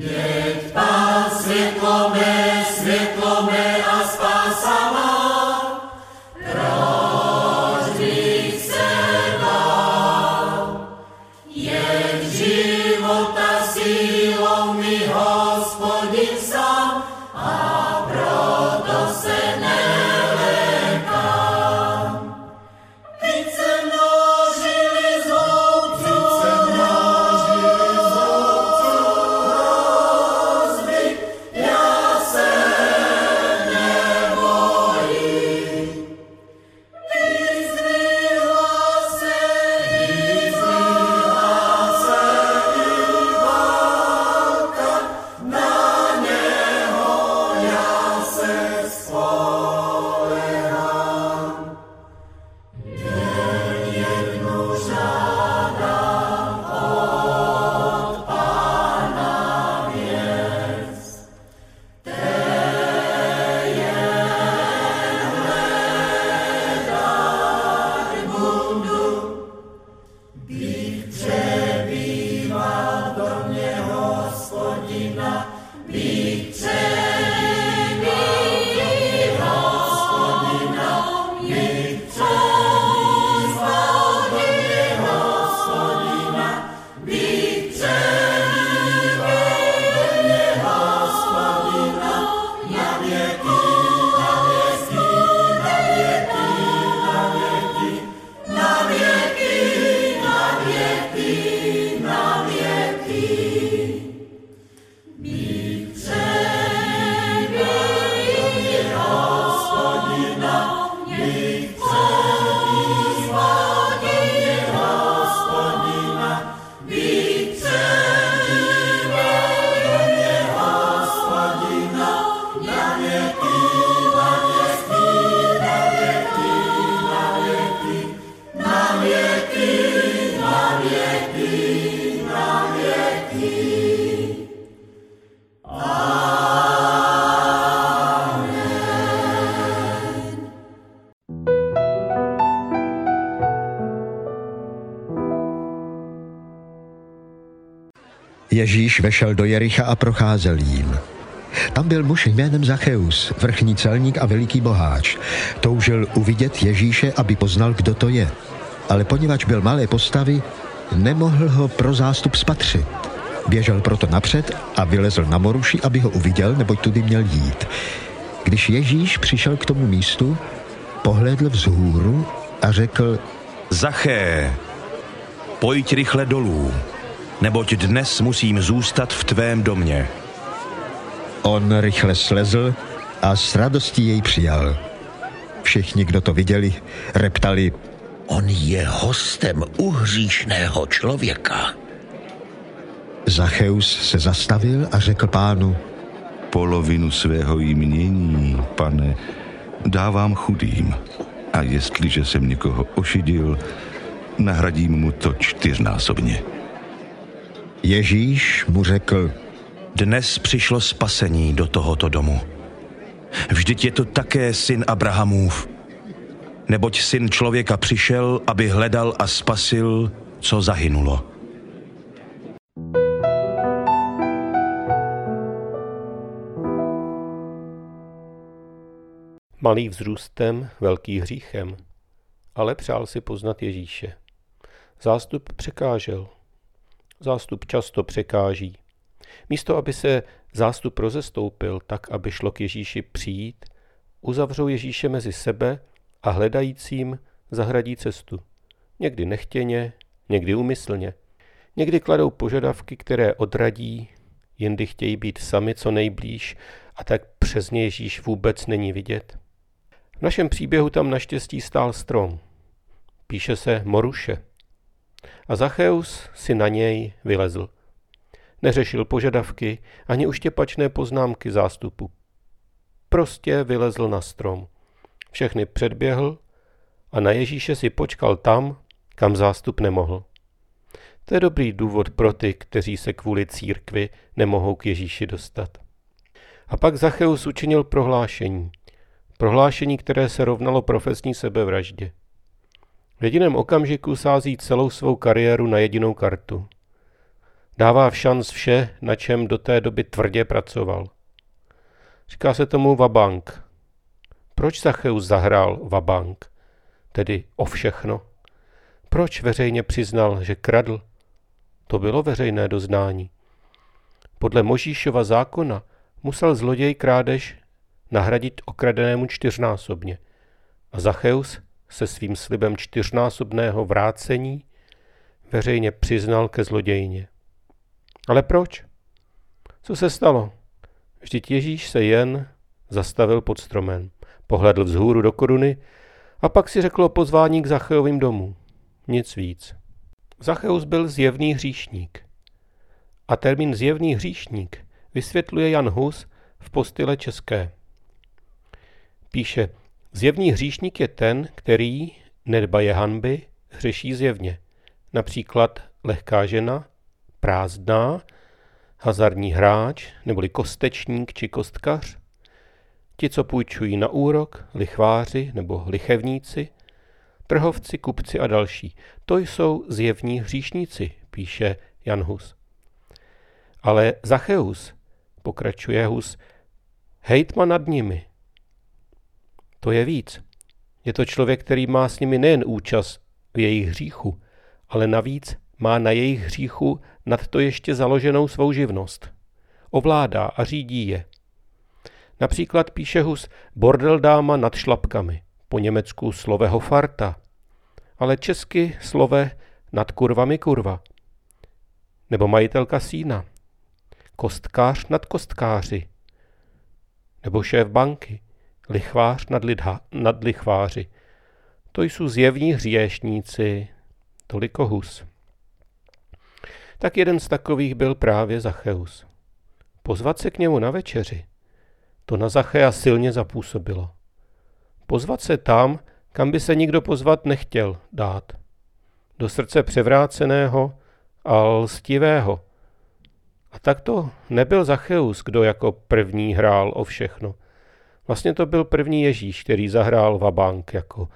Světlo mé a spása má, proč bych se bál? Jen života sílou mi Hospodin sám, a proto se nelekám. Vždyť se množili zloubců hrozby, já se nebojím. Vyzdvihla se i válka, na něho já se spolehám. Jen jednu žádám od Pána věc, bych přebýval v domě Hospodina, bych přebýval Hospodina, bych přebýval v domě Hospodina, bych přebýval v domě Hospodina, na věky, na věky, na věky, na věky, na věky, na věky, na věky. Bych přebýval Hospodina, bych přebýval v domě Hospodina, bych přebýval v domě Hospodina, na věky, na věky, na věky, na věky, na věky, na věky, na věky. Ježíš vešel do Jericha a procházel jím. Tam byl muž jménem Zacheus, vrchní celník a veliký boháč. Toužil uvidět Ježíše, aby poznal, kdo to je. Ale poněvadž byl malé postavy, nemohl ho pro zástup spatřit. Běžel proto napřed a vylezl na moruši, aby ho uviděl, neboť tudy měl jít. Když Ježíš přišel k tomu místu, pohlédl vzhůru a řekl: Zaché, pojď rychle dolů, neboť dnes musím zůstat v tvém domě. On rychle slezl a s radostí jej přijal. Všichni, kdo to viděli, reptali: On je hostem u hříšného člověka. Zacheus se zastavil a řekl Pánu: Polovinu svého jmění, Pane, dávám chudým. A jestliže jsem někoho ošidil, nahradím mu to 4násobně. Ježíš mu řekl: Dnes přišlo spasení do tohoto domu. Vždyť je to také syn Abrahamův. Neboť syn člověka přišel, aby hledal a spasil, co zahynulo. Malý vzrůstem, velký hříchem, ale přál si poznat Ježíše. Zástup překážel. Zástup často překáží. Místo, aby se zástup rozestoupil tak, aby šlo k Ježíši přijít, uzavřou Ježíše mezi sebe a hledajícím zahradí cestu. Někdy nechtěně, někdy úmyslně. Někdy kladou požadavky, které odradí, jindy chtějí být sami co nejblíž a tak přes ně Ježíš vůbec není vidět. V našem příběhu tam naštěstí stál strom. Píše se moruše. A Zacheus si na něj vylezl. Neřešil požadavky ani uštěpačné poznámky zástupu. Prostě vylezl na strom. Všechny předběhl a na Ježíše si počkal tam, kam zástup nemohl. To je dobrý důvod pro ty, kteří se kvůli církvi nemohou k Ježíši dostat. A pak Zacheus učinil prohlášení. Prohlášení, které se rovnalo profesní sebevraždě. V jediném okamžiku sází celou svou kariéru na jedinou kartu. Dává v šanc vše, na čem do té doby tvrdě pracoval. Říká se tomu vabank. Proč Zacheus zahrál vabank, tedy o všechno? Proč veřejně přiznal, že kradl? To bylo veřejné doznání. Podle Možíšova zákona musel zloděj krádež nahradit okradenému 4násobně. A Zacheus se svým slibem 4násobného vrácení veřejně přiznal ke zlodějně. Ale proč? Co se stalo? Vždyť Ježíš se jen zastavil pod stromem, pohledl vzhůru do koruny a pak si řekl o pozvání k Zacheovým domů. Nic víc. Zacheus byl zjevný hříšník. A termín zjevný hříšník vysvětluje Jan Hus v Postyle české. Píše, zjevný hříšník je ten, který nedbaje hanby, hřeší zjevně. Například lehká žena, prázdná, hazardní hráč, neboli kostečník či kostkař, ti, co půjčují na úrok, lichváři nebo lichevníci, trhovci, kupci a další. To jsou zjevní hříšníci, píše Jan Hus. Ale Zacheus, pokračuje Hus, hejtman nad nimi. To je víc. Je to člověk, který má s nimi nejen účast v jejich hříchu, ale navíc má na jejich hříchu nad to ještě založenou svou živnost. Ovládá a řídí je. Například píše Hus bordel dáma nad šlapkami, po německu sloveho farta, ale česky slove nad kurvami kurva. Nebo majitel kasína, kostkář nad kostkáři, nebo šéf banky, lichvář nad lichváři. To jsou zjevní hříšníci, toliko Hus. Tak jeden z takových byl právě Zacheus. Pozvat se k němu na večeři, to na Zachea silně zapůsobilo. Pozvat se tam, kam by se nikdo pozvat nechtěl dát. Do srdce převráceného a lstivého. A tak to nebyl Zacheus, kdo jako první hrál o všechno. Vlastně to byl první Ježíš, který zahrál vabank,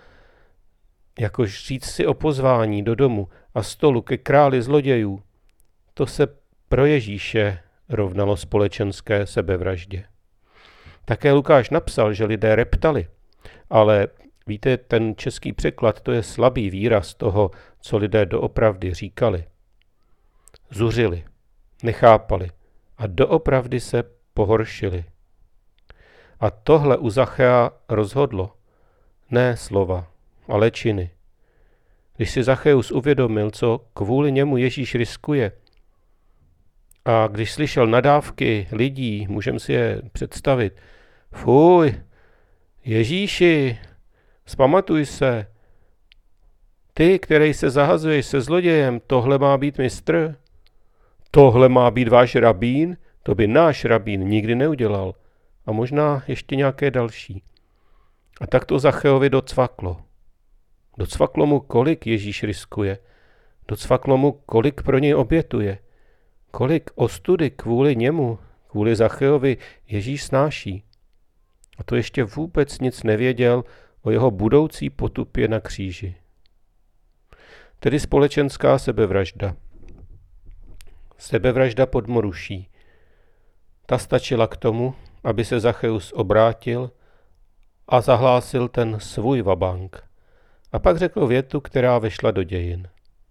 jako říct si o pozvání do domu a stolu ke králi zlodějů. To se pro Ježíše rovnalo společenské sebevraždě. Také Lukáš napsal, že lidé reptali, ale víte, ten český překlad, to je slabý výraz toho, co lidé doopravdy říkali. Zuřili, nechápali a doopravdy se pohoršili. A tohle u Zachea rozhodlo. Ne slova, ale činy. Když si Zacheus uvědomil, co kvůli němu Ježíš riskuje, a když slyšel nadávky lidí, můžeme si je představit, fuj, Ježíši, vzpamatuj se, ty, který se zahazuješ se zlodějem, tohle má být mistr, tohle má být váš rabín, to by náš rabín nikdy neudělal. A možná ještě nějaké další. A tak to Zacheovi docvaklo. Docvaklo mu, kolik Ježíš riskuje. Docvaklo mu, kolik pro něj obětuje. Kolik ostudy kvůli němu, kvůli Zacheovi Ježíš snáší. A to ještě vůbec nic nevěděl o jeho budoucí potupě na kříži. Tedy společenská sebevražda. Sebevražda podmoruší. Ta stačila k tomu, aby se Zacheus obrátil a zahlásil ten svůj vabank. A pak řekl větu, která vešla do dějin.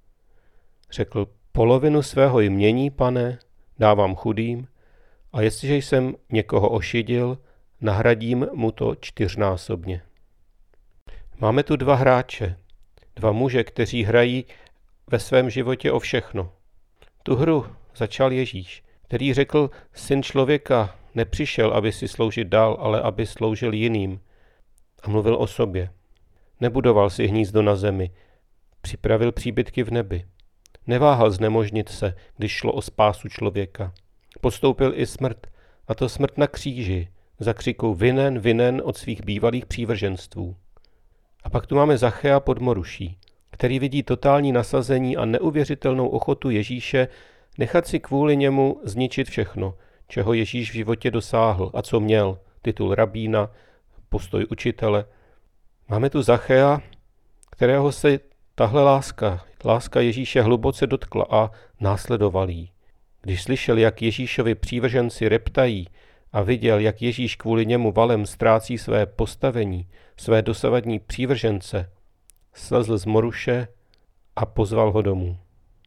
Řekl, polovinu svého jmění, pane, dávám chudým, a jestliže jsem někoho ošidil, nahradím mu to 4násobně. Máme tu dva hráče, dva muže, kteří hrají ve svém životě o všechno. Tu hru začal Ježíš, který řekl, syn člověka nepřišel, aby si sloužit dál, ale aby sloužil jiným. A mluvil o sobě. Nebudoval si hnízdo na zemi, připravil příbytky v nebi. Neváhal znemožnit se, když šlo o spásu člověka. Podstoupil i smrt, a to smrt na kříži, za křikou vinen, vinen od svých bývalých přívrženstvů. A pak tu máme Zachea podmoruší, který vidí totální nasazení a neuvěřitelnou ochotu Ježíše nechat si kvůli němu zničit všechno, čeho Ježíš v životě dosáhl a co měl, titul rabína, postoj učitele. Máme tu Zachea, kterého se tahle láska Ježíše hluboce dotkla a následoval jí. Když slyšel, jak Ježíšovi přívrženci reptají a viděl, jak Ježíš kvůli němu valem ztrácí své postavení, své dosavadní přívržence, slezl z moruše a pozval ho domů.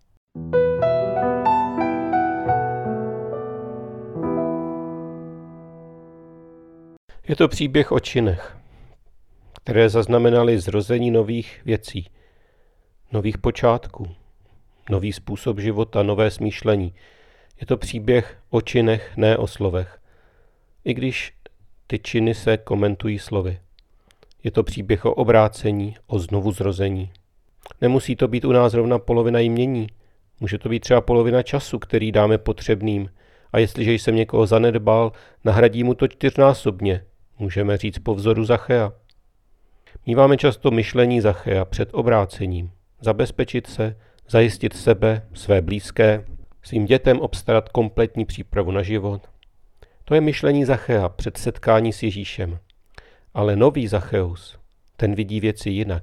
Je to příběh o činech, které zaznamenaly zrození nových věcí, nových počátků, nový způsob života, nové smýšlení. Je to příběh o činech, ne o slovech, i když ty činy se komentují slovy. Je to příběh o obrácení, o znovuzrození. Nemusí to být u nás zrovna polovina jmění, může to být třeba polovina času, který dáme potřebným. A jestliže jsem někoho zanedbal, nahradí mu to 4násobně, můžeme říct po vzoru Zachea. Míváme často myšlení Zachea před obrácením. Zabezpečit se, zajistit sebe, své blízké, svým dětem obstarat kompletní přípravu na život. To je myšlení Zachea před setkání s Ježíšem. Ale nový Zacheus, ten vidí věci jinak.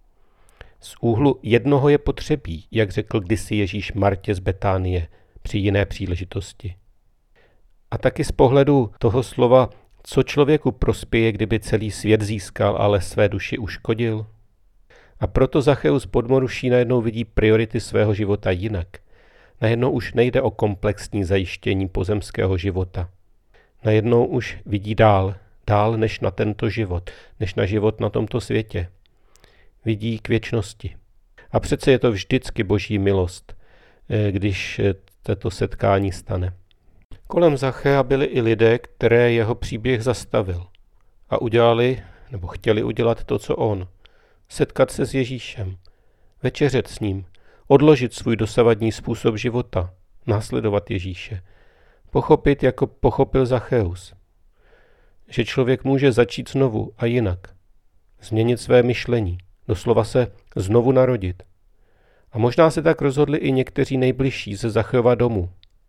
Z úhlu jednoho je potřebí, jak řekl kdysi Ježíš Martě z Betánie při jiné příležitosti. A taky z pohledu toho slova, co člověku prospěje, kdyby celý svět získal, ale své duši uškodil. A proto Zacheus pod Moruší najednou vidí priority svého života jinak. Najednou už nejde o komplexní zajištění pozemského života. Najednou už vidí dál než na tento život, než na život na tomto světě. Vidí k věčnosti. A přece je to vždycky boží milost, když toto setkání stane. Kolem Zachea byli i lidé, které jeho příběh zastavil a udělali, nebo chtěli udělat to, co on. Setkat se s Ježíšem, večeřet s ním, odložit svůj dosavadní způsob života, následovat Ježíše. Pochopit, jako pochopil Zacheus, že člověk může začít znovu a jinak. Změnit své myšlení, doslova se znovu narodit. A možná se tak rozhodli i někteří nejbližší ze Zacheova domu.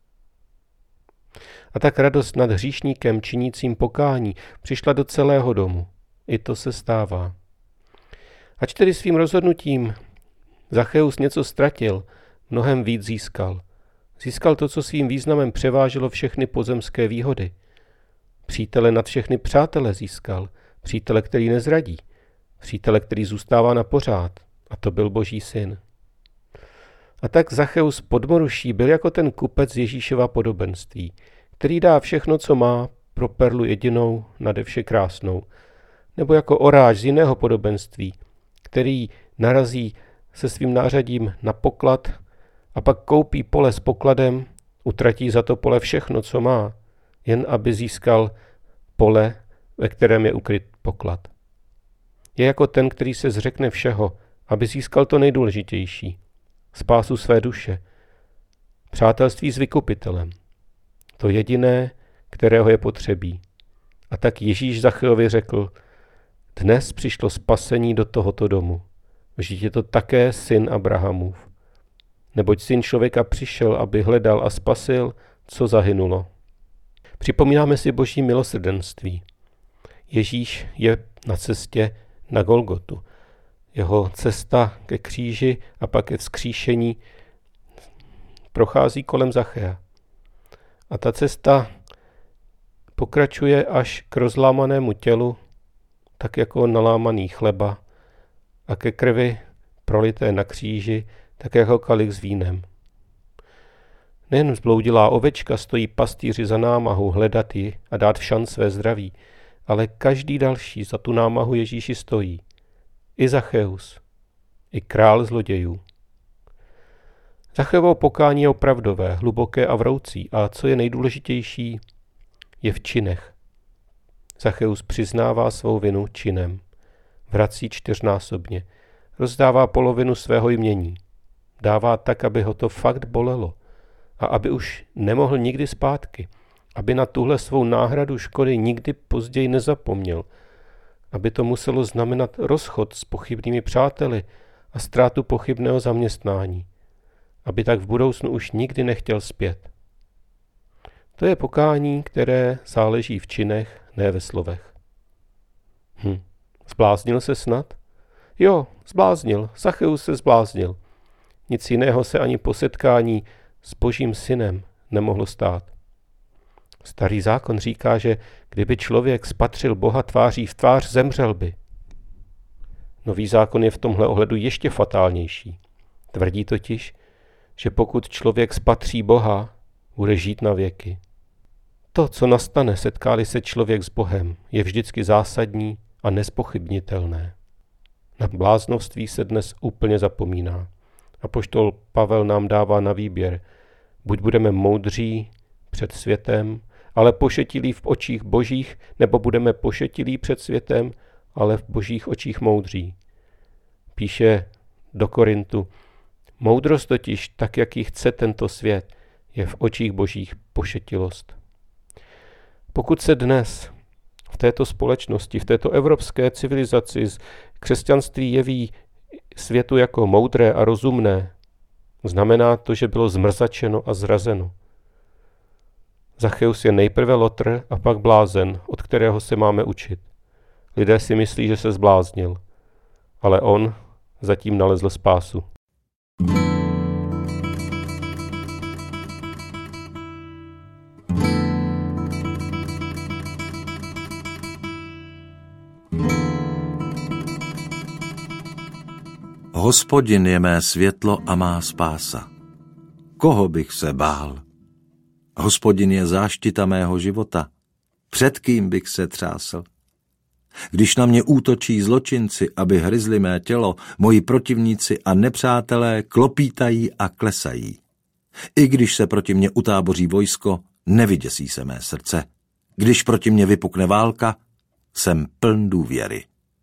A tak radost nad hříšníkem činícím pokání přišla do celého domu. I to se stává. Ač tedy svým rozhodnutím Zacheus něco ztratil, mnohem víc získal. Získal to, co svým významem převáželo všechny pozemské výhody. Přítele nad všechny přátele získal. Přítele, který nezradí. Přítele, který zůstává na pořád. A to byl Boží syn. A tak Zacheus pod Moruší byl jako ten kupec Ježíšova podobenství, který dá všechno, co má, pro perlu jedinou, nade vše krásnou. Nebo jako oráč z jiného podobenství, který narazí se svým nářadím na poklad a pak koupí pole s pokladem, utratí za to pole všechno, co má, jen aby získal pole, ve kterém je ukryt poklad. Je jako ten, který se zřekne všeho, aby získal to nejdůležitější, spásu své duše, přátelství s vykupitelem, to jediné, kterého je potřebí. A tak Ježíš Zacheovi řekl, dnes přišlo spasení do tohoto domu. Vždyť je to také syn Abrahamův. Neboť syn člověka přišel, aby hledal a spasil, co zahynulo. Připomínáme si Boží milosrdenství. Ježíš je na cestě na Golgotu. Jeho cesta ke kříži a pak ke vzkříšení prochází kolem Zachea. A ta cesta pokračuje až k rozlámanému tělu, tak jako nalámaný chleba, a ke krvi prolité na kříži, tak jako kalich s vínem. Nejen zbloudilá ovečka stojí pastýři za námahu hledat ji a dát všanc své zdraví, ale každý další za tu námahu Ježíši stojí. I Zacheus, i král zlodějů. Zacheovo pokání je opravdové, hluboké a vroucí a co je nejdůležitější, je v činech. Zacheus přiznává svou vinu činem. Vrací 4násobně. Rozdává polovinu svého jmění. Dává tak, aby ho to fakt bolelo a aby už nemohl nikdy zpátky. Aby na tuhle svou náhradu škody nikdy později nezapomněl. Aby to muselo znamenat rozchod s pochybnými přáteli a ztrátu pochybného zaměstnání. Aby tak v budoucnu už nikdy nechtěl zpět. To je pokání, které záleží v činech, ne ve slovech. Zbláznil se snad? Jo, zbláznil. Zacheus se zbláznil. Nic jiného se ani po setkání s Božím synem nemohlo stát. Starý zákon říká, že kdyby člověk spatřil Boha tváří v tvář, zemřel by. Nový zákon je v tomhle ohledu ještě fatálnější. Tvrdí totiž, že pokud člověk spatří Boha, bude žít na věky. To, co nastane, setká-li se člověk s Bohem, je vždycky zásadní a nezpochybnitelné. Na bláznovství se dnes úplně zapomíná. Apoštol Pavel nám dává na výběr. Buď budeme moudří před světem, ale pošetilí v očích božích, nebo budeme pošetilí před světem, ale v božích očích moudří. Píše do Korintu, moudrost totiž, tak jak ji chce tento svět, je v očích božích pošetilost. Pokud se dnes v této společnosti, v této evropské civilizaci křesťanství jeví světu jako moudré a rozumné, znamená to, že bylo zmrzačeno a zrazeno. Zacheus je nejprve lotr a pak blázen, od kterého se máme učit. Lidé si myslí, že se zbláznil, ale on zatím nalezl spásu. Hospodin je mé světlo a má spása. Koho bych se bál? Hospodin je záštita mého života. Před kým bych se třásl? Když na mě útočí zločinci, aby hryzli mé tělo, moji protivníci a nepřátelé klopítají a klesají. I když se proti mně utáboří vojsko, nevyděsí se mé srdce. Když proti mně vypukne válka, jsem pln důvěry.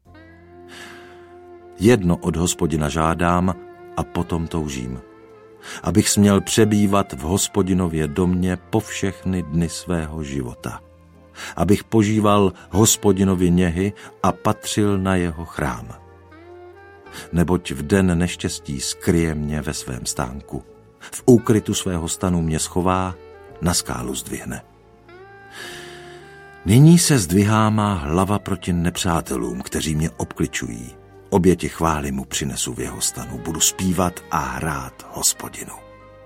Jedno od Hospodina žádám a potom toužím, abych směl přebývat v Hospodinově domě po všechny dny svého života. Abych požíval Hospodinovy něhy a patřil na jeho chrám. Neboť v den neštěstí skryje mě ve svém stánku. V úkrytu svého stanu mě schová, na skálu zdvihne. Nyní se zdvihá má hlava proti nepřátelům, kteří mě obkličují. Oběti chvály mu přinesu v jeho stanu, budu zpívat a hrát Hospodinu.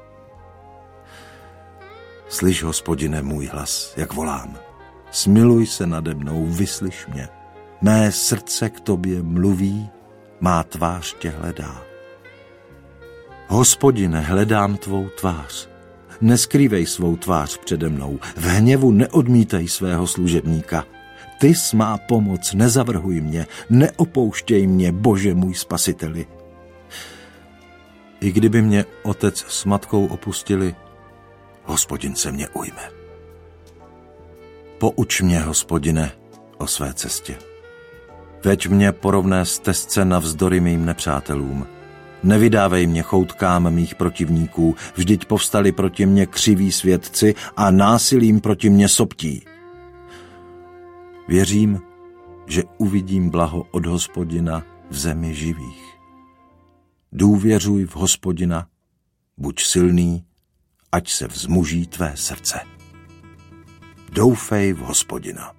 Slyš, Hospodine, můj hlas, jak volám. Smiluj se nade mnou, vyslyš mě. Mé srdce k tobě mluví, má tvář tě hledá. Hospodine, hledám tvou tvář. Neskrývej svou tvář přede mnou, v hněvu neodmítej svého služebníka. Ty jsi má pomoc, nezavrhuj mě, neopouštěj mě, Bože můj spasiteli. I kdyby mě otec s matkou opustili, Hospodin se mě ujme. Pouč mě, Hospodine, o své cestě. Veď mě po rovné stezce navzdory mým nepřátelům. Nevydávej mě choutkám mých protivníků, vždyť povstali proti mě křiví svědci a násilím proti mě soptí. Věřím, že uvidím blaho od Hospodina v zemi živých. Důvěřuj v Hospodina, buď silný, ať se vzmuží tvé srdce. Doufej v Hospodina.